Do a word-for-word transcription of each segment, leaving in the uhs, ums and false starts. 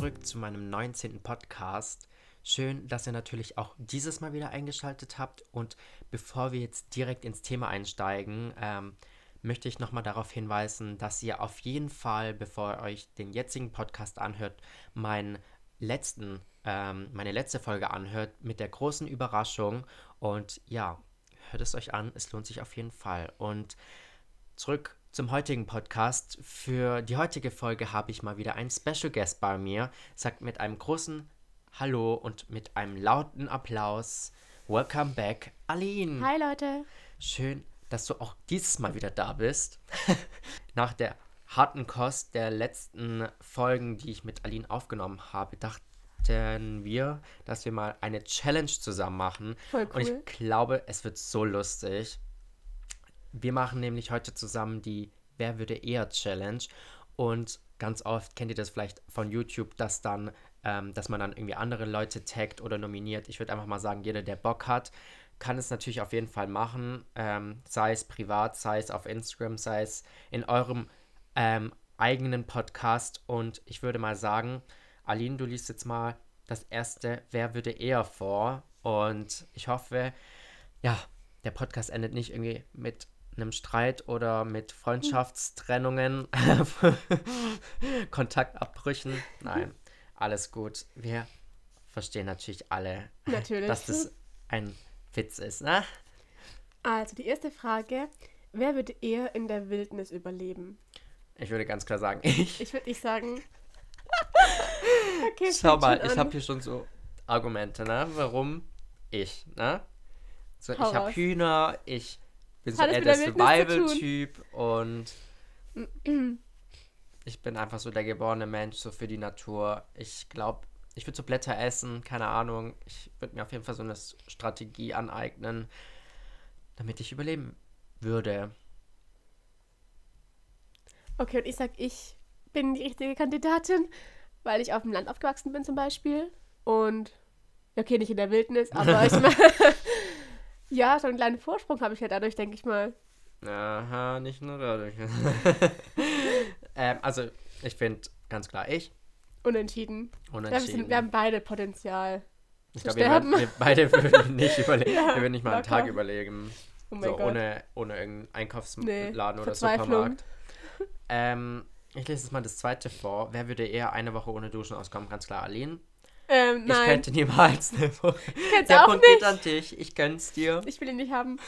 zurück zu meinem neunzehnten Podcast. Schön, dass ihr natürlich auch dieses Mal wieder eingeschaltet habt. Und bevor wir jetzt direkt ins Thema einsteigen, ähm, möchte ich nochmal darauf hinweisen, dass ihr auf jeden Fall, bevor ihr euch den jetzigen Podcast anhört, meinen letzten, ähm, meine letzte Folge anhört mit der großen Überraschung. Und ja, hört es euch an, es lohnt sich auf jeden Fall. Und zurück zum heutigen Podcast. Für die heutige Folge habe ich mal wieder einen Special Guest bei mir. Sagt mit einem großen Hallo und mit einem lauten Applaus Welcome back, Aline. Hi Leute. Schön, dass du auch dieses Mal wieder da bist. Nach der harten Kost der letzten Folgen, die ich mit Aline aufgenommen habe, dachten wir, dass wir mal eine Challenge zusammen machen. Voll cool. Und ich glaube, es wird so lustig. Wir machen nämlich heute zusammen die Wer würde eher Challenge und ganz oft kennt ihr das vielleicht von YouTube, dass dann, ähm, dass man dann irgendwie andere Leute taggt oder nominiert. Ich würde einfach mal sagen, jeder, der Bock hat, kann es natürlich auf jeden Fall machen, ähm, sei es privat, sei es auf Instagram, sei es in eurem ähm, eigenen Podcast. Und ich würde mal sagen, Aline, du liest jetzt mal das erste Wer würde eher vor und ich hoffe, ja, der Podcast endet nicht irgendwie mit einem Streit oder mit Freundschaftstrennungen, Kontaktabbrüchen. Nein, alles gut. Wir verstehen natürlich alle, Natürlich. dass das ein Witz ist, ne? Also die erste Frage, wer würde eher in der Wildnis überleben? Ich würde ganz klar sagen, ich. Ich würde nicht sagen. Okay, Schau fängt mal, schon ich an. habe hier schon so Argumente, ne? Warum ich, ne? So, ich Hau habe raus. Hühner, ich bin so Hat es eher mit der der Wildnis zu Survival-Typ und ich bin einfach so der geborene Mensch, so für die Natur. Ich glaube, ich würde so Blätter essen, keine Ahnung. Ich würde mir auf jeden Fall so eine S- Strategie aneignen, damit ich überleben würde. Okay, und ich sag, ich bin die richtige Kandidatin, weil ich auf dem Land aufgewachsen bin zum Beispiel. Und, okay, nicht in der Wildnis, aber ich meine, ja, so einen kleinen Vorsprung habe ich ja dadurch, denke ich mal. Aha, nicht nur dadurch. ähm, also, ich finde ganz klar ich. Unentschieden. Wir, Unentschieden. sind, wir haben beide Potenzial. ich zu glaube, wir, sterben. würden- wir beide würden nicht überleben. Ja, wir würden nicht mal einen locker. Tag überleben. Oh mein So Gott. ohne, ohne irgendeinen Einkaufsladen Nee, oder Verzweiflung. Supermarkt. Ähm, ich lese jetzt mal das zweite vor. Wer würde eher eine Woche ohne Duschen auskommen? Ganz klar, Aline. Ähm, Ich nein, könnte niemals eine Woche. ich kenn's Der auch Punkt nicht. geht an dich. Ich gönn's dir. Ich will ihn nicht haben.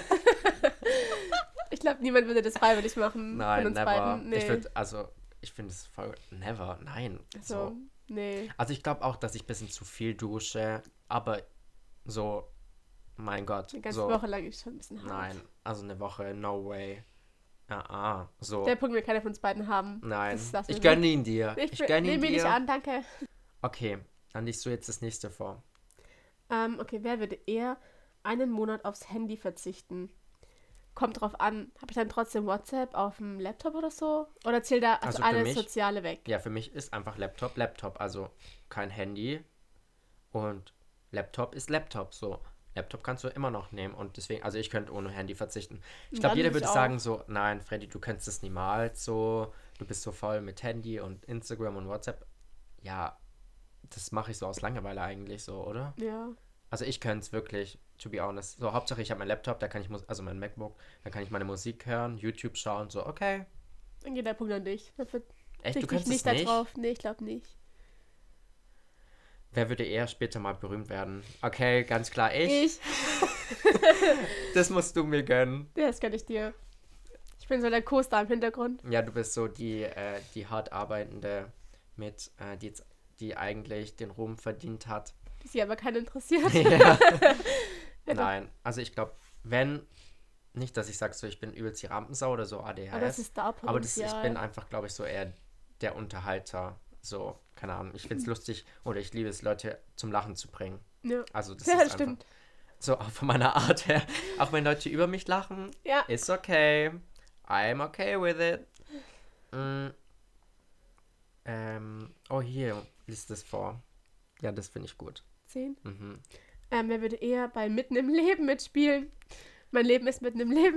Ich glaube, niemand würde das freiwillig machen. Nein, von uns never. beiden. Nee. Ich würde, also, ich finde es voll. Never, nein. so, So. nee. Also, ich glaube auch, dass ich ein bisschen zu viel dusche. Aber so, mein Gott. Eine ganze so, Woche lang ist schon ein bisschen hart. Nein, also eine Woche, no way. Ah, ah, so. Der Punkt will keiner von uns beiden haben. Nein, das lassen ich wir gönne ihn dir. Ich, Ich gönne ihn nehme ihn nicht dir. an, danke. Okay, dann liest du jetzt das nächste vor. Ähm, okay, wer würde eher einen Monat aufs Handy verzichten? Kommt drauf an. Habe ich dann trotzdem WhatsApp auf dem Laptop oder so? Oder zählt da also Also für alles mich- Soziale weg? Ja, für mich ist einfach Laptop, Laptop. Also kein Handy und Laptop ist Laptop. So, Laptop kannst du immer noch nehmen und deswegen, also ich könnte ohne Handy verzichten. Ich glaube, Dann jeder ich würde auch. sagen so, nein, Freddy, du könntest es niemals so. Du bist so voll mit Handy und Instagram und WhatsApp. Ja, das mache ich so aus Langeweile eigentlich so, oder? Ja. Also ich könnte es wirklich, to be honest. So, Hauptsache ich habe meinen Laptop, da kann ich, Mus- also mein MacBook, da kann ich meine Musik hören, YouTube schauen, so, okay. Dann geht der Punkt an dich. Dann Echt, du verzichte ich könntest nicht es nicht? da drauf. Nee, ich glaube nicht. Wer würde eher später mal berühmt werden? Okay, ganz klar ich. Ich. Das musst du mir gönnen. Ja, das kann ich dir. Ich bin so der Co-Star im Hintergrund. Ja, du bist so die, äh, die hart arbeitende mit, äh, die, jetzt- die eigentlich den Ruhm verdient hat. Die sich aber keinen interessiert. Ja. Ja, doch. Nein, also ich glaube, wenn, nicht, dass ich sage so, ich bin übelst die Rampensau oder so A D H S. Aber das ist Star-Potenzial. Aber das, ich bin einfach, glaube ich, so eher der Unterhalter. So, keine Ahnung. Ich finde es lustig oder ich liebe es, Leute zum Lachen zu bringen. Ja, Also das ja ist das einfach stimmt. so auch von meiner Art her. Auch wenn Leute über mich lachen, Ja. ist okay. I'm okay with it. Mm. Ähm, oh, hier, liest es vor. Ja, das finde ich gut. Zehn. Mhm. Ähm, wer würde eher bei Mitten im Leben mitspielen? Mein Leben ist mitten im Leben.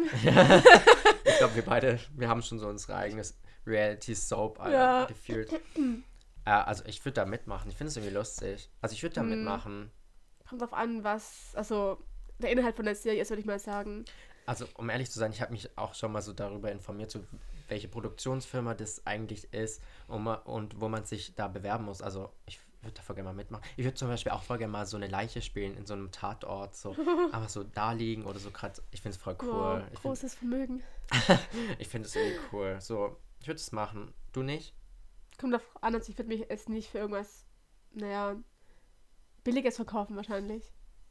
Ich glaube, wir beide, wir haben schon so unsere eigenes Reality-Soap Alter, Ja. gefühlt. Äh, also ich würde da mitmachen. Ich finde es irgendwie lustig. Also ich würde da Hm, mitmachen. kommt drauf an, was, also der Inhalt von der Serie ist, würde ich mal sagen. Also um ehrlich zu sein, ich habe mich auch schon mal so darüber informiert, so welche Produktionsfirma das eigentlich ist und, ma- und wo man sich da bewerben muss. Also ich würde da voll gerne mal mitmachen. Ich würde zum Beispiel auch voll gerne mal so eine Leiche spielen in so einem Tatort, so einfach so da liegen oder so gerade. Ich finde es voll Wow, cool. Ich finde großes Vermögen. ich finde es irgendwie cool. So, ich würde es machen. Du nicht? Kommt drauf an, also ich würde mich jetzt nicht für irgendwas, naja, Billiges verkaufen wahrscheinlich.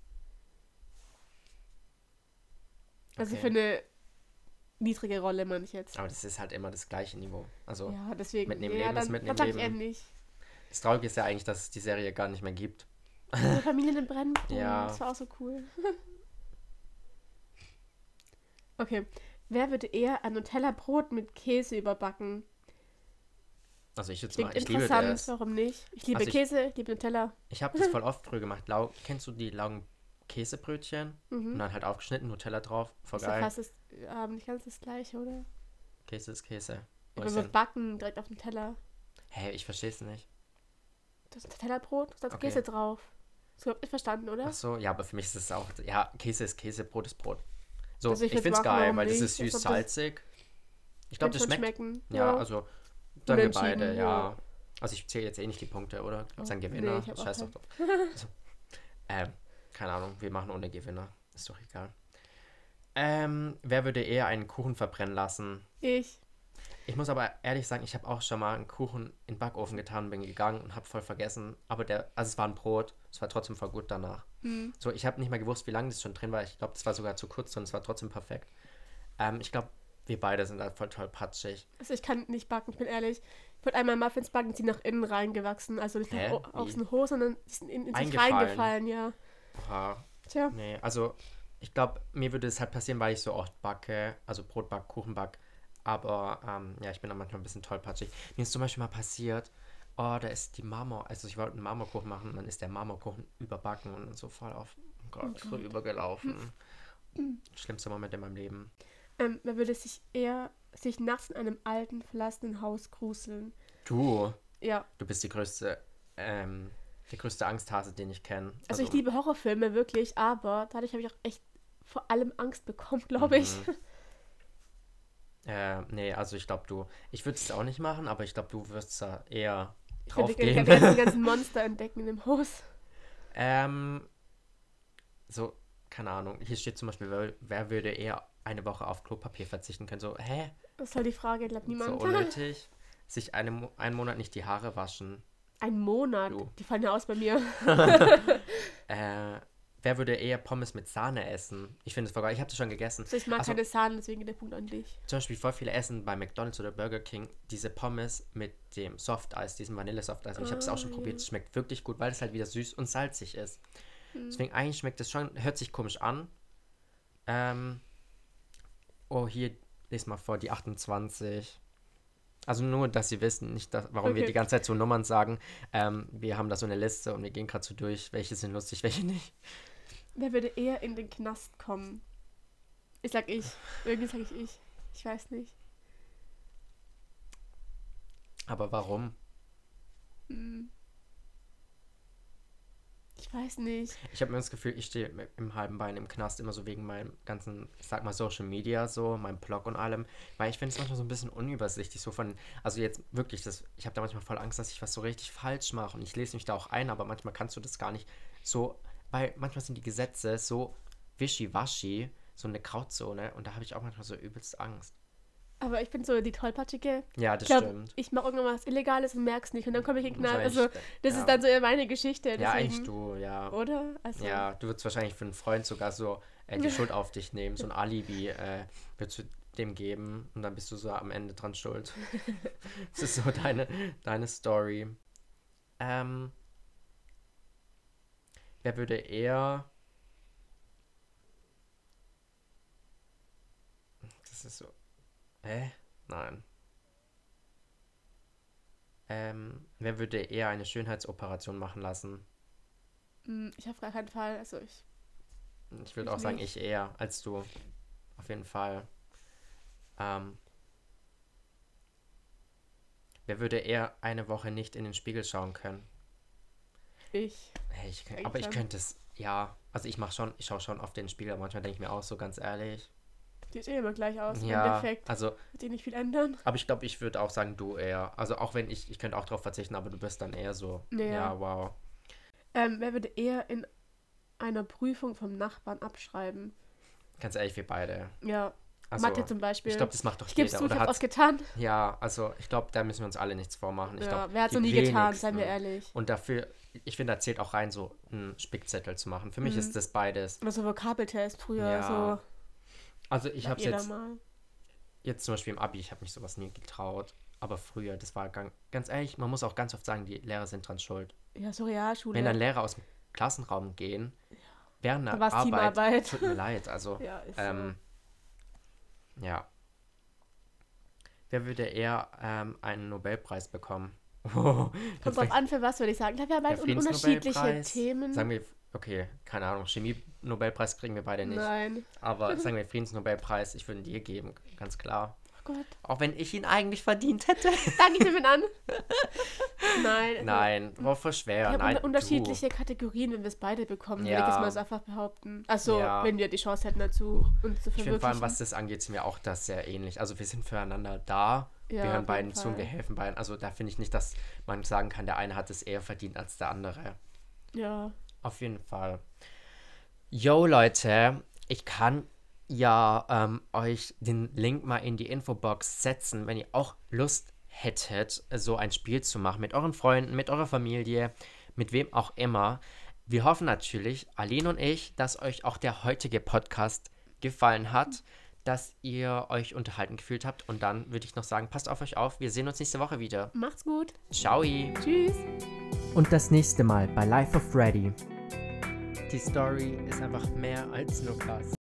Also für Okay. eine niedrige Rolle, meine ich jetzt. Aber das ist halt immer das gleiche Niveau. Also Ja, deswegen, mitten im ja, Leben ist dann, mitten dann im sag ich eher Leben. nicht. Das Traurige ist ja eigentlich, dass es die Serie gar nicht mehr gibt. Unsere Familien im Brennpunkt, das Ja, war auch so cool. Okay, wer würde eher ein Nutella-Brot mit Käse überbacken? also ich jetzt Klingt mal, ich liebe interessant, das. warum nicht? Ich liebe Also ich, Käse, ich liebe Nutella. ich habe das voll oft früher gemacht. Lau Kennst du die Laugen-Käsebrötchen? Und Mhm. dann halt aufgeschnitten, Nutella drauf. Voll Ist ja geil. fast das, äh, nicht ganz das gleiche, oder? Käse ist Käse. Wo Aber ist wir denn? backen direkt auf dem Teller. Hä, hey, ich verstehe es nicht. Das ist ein Nutella-Brot, da ist Okay. Käse drauf. Das ist überhaupt nicht verstanden, Ach oder? so, ja, aber für mich ist es auch, ja, Käse ist Käse, Brot ist Brot. So, Also ich ich würde find's machen, geil, warum weil das nicht? ist Also das süß-salzig. Ich glaube, könnte das schon schmeckt. schmecken. Ja, Ja, also sagen wir beide, unentschieden, ja. ja. Also ich zähle jetzt eh nicht die Punkte, oder? Gibt es Oh, einen nee, Gewinner? ich habe auch Scheiß doch keinen. drauf. Also, ähm, keine Ahnung, wir machen ohne Gewinner. Ist doch egal. Ähm, wer würde eher einen Kuchen verbrennen lassen? Ich. Ich muss aber ehrlich sagen, ich habe auch schon mal einen Kuchen in den Backofen getan, bin gegangen und habe voll vergessen. Aber der, also es war ein Brot, es war trotzdem voll gut danach. Hm. So, ich habe nicht mal gewusst, wie lange das schon drin war. Ich glaube, das war sogar zu kurz und es war trotzdem perfekt. Ähm, ich glaube, wir beide sind halt voll toll patschig. Also ich kann nicht backen, ich bin ehrlich. Ich wollte einmal Muffins backen, die sind nach innen reingewachsen. Also nicht nach Hä? au- Wie? außen hoch, sondern die sind in, in sich Eingefallen. reingefallen, ja. Oha. Tja. Nee, also ich glaube, mir würde es halt passieren, weil ich so oft backe, also Brot back, Kuchen back. Aber ähm, ja, ich bin da manchmal ein bisschen tollpatschig. Mir ist zum Beispiel mal passiert, oh, da ist die Marmor, also ich wollte einen Marmorkuchen machen und dann ist der Marmorkuchen überbacken und dann so voll auf, oh Oh Gott, Gott. drüber gelaufen. Schlimmster Moment in meinem Leben. Ähm, man würde sich eher sich nachts in einem alten, verlassenen Haus gruseln. Du, Ja. du bist die größte, ähm, die größte Angsthase, den ich kenne. Also ich liebe Horrorfilme, wirklich, aber dadurch habe ich auch echt vor allem Angst bekommen, glaube ich. Mhm. Äh, nee, also ich glaube, du, ich würde es auch nicht machen, aber ich glaube, du wirst da eher Ich würde drauf gerne gehen. die ganzen, ganzen Monster entdecken in dem Haus. ähm, so, keine Ahnung. Hier steht zum Beispiel, wer, wer würde eher eine Woche auf Klopapier verzichten können? So, hä? Das soll die Frage, glaubt So niemand. unnötig. Sich eine, Mo- einen Monat nicht die Haare waschen. Ein Monat. Du. Die fallen ja aus bei mir. Äh, wer würde eher Pommes mit Sahne essen? Ich finde es voll geil. Ich habe das schon gegessen. Also ich mag Also, keine Sahne, deswegen geht der Punkt an dich. zum Beispiel voll viele essen bei McDonald's oder Burger King diese Pommes mit dem Softeis, diesem Vanille-Softeis. Und ich habe es auch schon Ah, probiert. ja. Es schmeckt wirklich gut, weil es halt wieder süß und salzig ist. Hm. Deswegen eigentlich schmeckt es schon, hört sich komisch an. Ähm, oh, hier, lese mal vor, die achtundzwanzig. Also nur, dass Sie wissen, nicht, dass, warum wir Okay. die ganze Zeit so Nummern sagen. Ähm, wir haben da so eine Liste und wir gehen gerade so durch, welche sind lustig, welche nicht. Wer würde eher in den Knast kommen? Ich sag ich. Irgendwie sag ich ich. Ich weiß nicht. Aber warum? Hm. Ich weiß nicht. Ich habe immer das Gefühl, ich stehe im- im halben Bein im Knast, immer so wegen meinem ganzen, ich sag mal, Social Media, so, meinem Blog und allem. Weil ich finde es manchmal so ein bisschen unübersichtlich, so von, also jetzt wirklich, das, ich habe da manchmal voll Angst, dass ich was so richtig falsch mache und ich lese mich da auch ein, aber manchmal kannst du das gar nicht so, weil manchmal sind die Gesetze so wischiwaschi, so eine Grauzone und da habe ich auch manchmal so übelst Angst. Aber ich bin so die Tollpatschige. Ja, Ich das glaube, stimmt. ich mache irgendwann was Illegales und merk's nicht und dann komme ich in den Knast. Wahrscheinlich, Also, das ja. ist dann so eher meine Geschichte. Ja, Deswegen. eigentlich du, ja. Oder? Also, Ja, du würdest wahrscheinlich für einen Freund sogar so äh, die Schuld auf dich nehmen, so ein Alibi äh, würdest du dem geben und dann bist du so am Ende dran schuld. Das ist so deine, deine Story. Ähm, wer würde eher... Das ist so... Hä? Nein. Ähm, wer würde eher eine Schönheitsoperation machen lassen? hm, ich auf gar keinen Fall. Also, ich. Ich würde Ich auch sagen, nicht. ich eher als du. Auf jeden Fall. Ähm, Wer würde eher eine Woche nicht in den Spiegel schauen können? Ich. Hey, ich kann, Eigentlich aber ich schon. könnte es, ja, also ich mache schon, ich schaue schon oft in den Spiegel, aber manchmal denke ich mir auch so ganz ehrlich. Sieht eh immer gleich aus. Im Ja, Endeffekt also, wird sich nicht viel ändern. aber ich glaube, ich würde auch sagen, du eher. Also auch wenn ich, ich könnte auch drauf verzichten, aber du bist dann eher so, Ja. ja, wow. Ähm, wer würde eher in einer Prüfung vom Nachbarn abschreiben? Ganz ehrlich, wir beide. Ja, Also, Mathe zum Beispiel. ich glaube, das macht doch Ich gebe es jeder. zu, ich Oder habe hat's, oft getan. ja, also ich glaube, da müssen wir uns alle nichts vormachen. Ich Ja, glaub, wer hat es die noch nie getan, wenigsten. seien wir ehrlich. Und dafür, ich finde, da zählt auch rein, so einen Spickzettel zu machen. Für mich Mhm. ist das beides. Oder so Vokabeltest früher, Ja, so. Also ich habe Jeder jetzt, mal. jetzt zum Beispiel im Abi, ich habe mich sowas nie getraut. Aber früher, das war ganz, ganz ehrlich, man muss auch ganz oft sagen, die Lehrer sind dran schuld. Ja, so Realschule. Wenn dann Lehrer aus dem Klassenraum gehen, während Da der war's Arbeit, Teamarbeit. tut mir leid, also, Ja, ist ähm, ja. Wer würde eher ähm, einen Nobelpreis bekommen? Oh, so. jetzt Kommt drauf fängt an, für was würde ich sagen. Da wir haben der halt un- unterschiedliche Friedensnobelpreis. Themen. Sagen wir, okay, keine Ahnung, Chemie-Nobelpreis kriegen wir beide nicht. Nein. Aber sagen wir Friedensnobelpreis, ich würde ihn dir geben, ganz klar. Oh Gott. Auch wenn ich ihn eigentlich verdient hätte. Danke, ich nehme ihn an. Nein. also Nein, war voll schwer. Wir haben Nein, un- unterschiedliche Kategorien, wenn wir es beide bekommen, würde ich Ja. jetzt mal so einfach behaupten. Achso, Ja. wenn wir die Chance hätten dazu, uns zu du. Ich finde vor allem, verwirklichen. was das angeht, sind wir auch das sehr ähnlich. Also wir sind füreinander da. Ja, wir hören auf beiden jeden zu und wir Fall. helfen beiden. Also da finde ich nicht, dass man sagen kann, der eine hat es eher verdient als der andere. Ja. Auf jeden Fall. Yo, Leute, ich kann ja ähm, euch den Link mal in die Infobox setzen, wenn ihr auch Lust hättet, so ein Spiel zu machen mit euren Freunden, mit eurer Familie, mit wem auch immer. Wir hoffen natürlich, Aline und ich, dass euch auch der heutige Podcast gefallen hat, dass ihr euch unterhalten gefühlt habt. Und dann würde ich noch sagen, passt auf euch auf. Wir sehen uns nächste Woche wieder. Macht's gut. Ciao. Tschüss. Und das nächste Mal bei Life of Freddy. Die Story ist einfach mehr als nur krass.